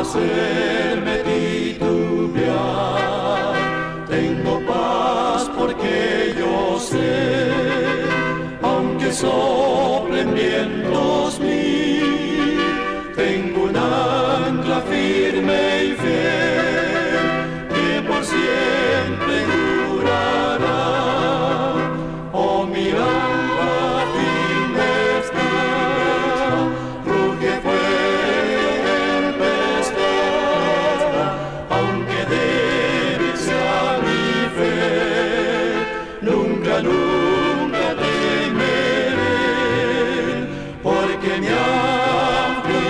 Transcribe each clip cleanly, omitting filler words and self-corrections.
hacerme titubear. Tengo paz porque yo sé, aunque soplen vientos mil, tengo un ancla firme y fiel que por siempre durará. Oh, mi ancla firme está, ruge fuerte tempestad, aunque débil sea mi fe, nunca, nunca temeré, porque mi ancla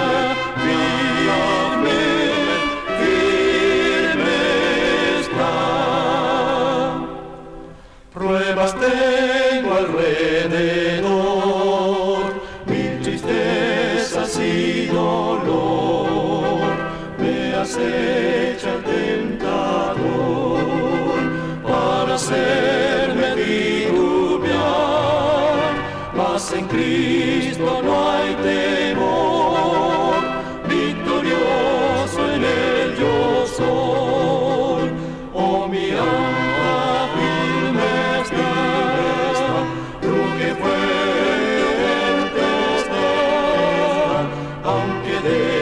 firme, firme está. Pruebas tengo alrededor, mil tristezas y dolor, me acecha el tentador para hacerme titubear, mas en Cristo no hay temor, victorioso en Él yo soy. Oh, mi alma firme está, ruge fuerte tempestad, aunque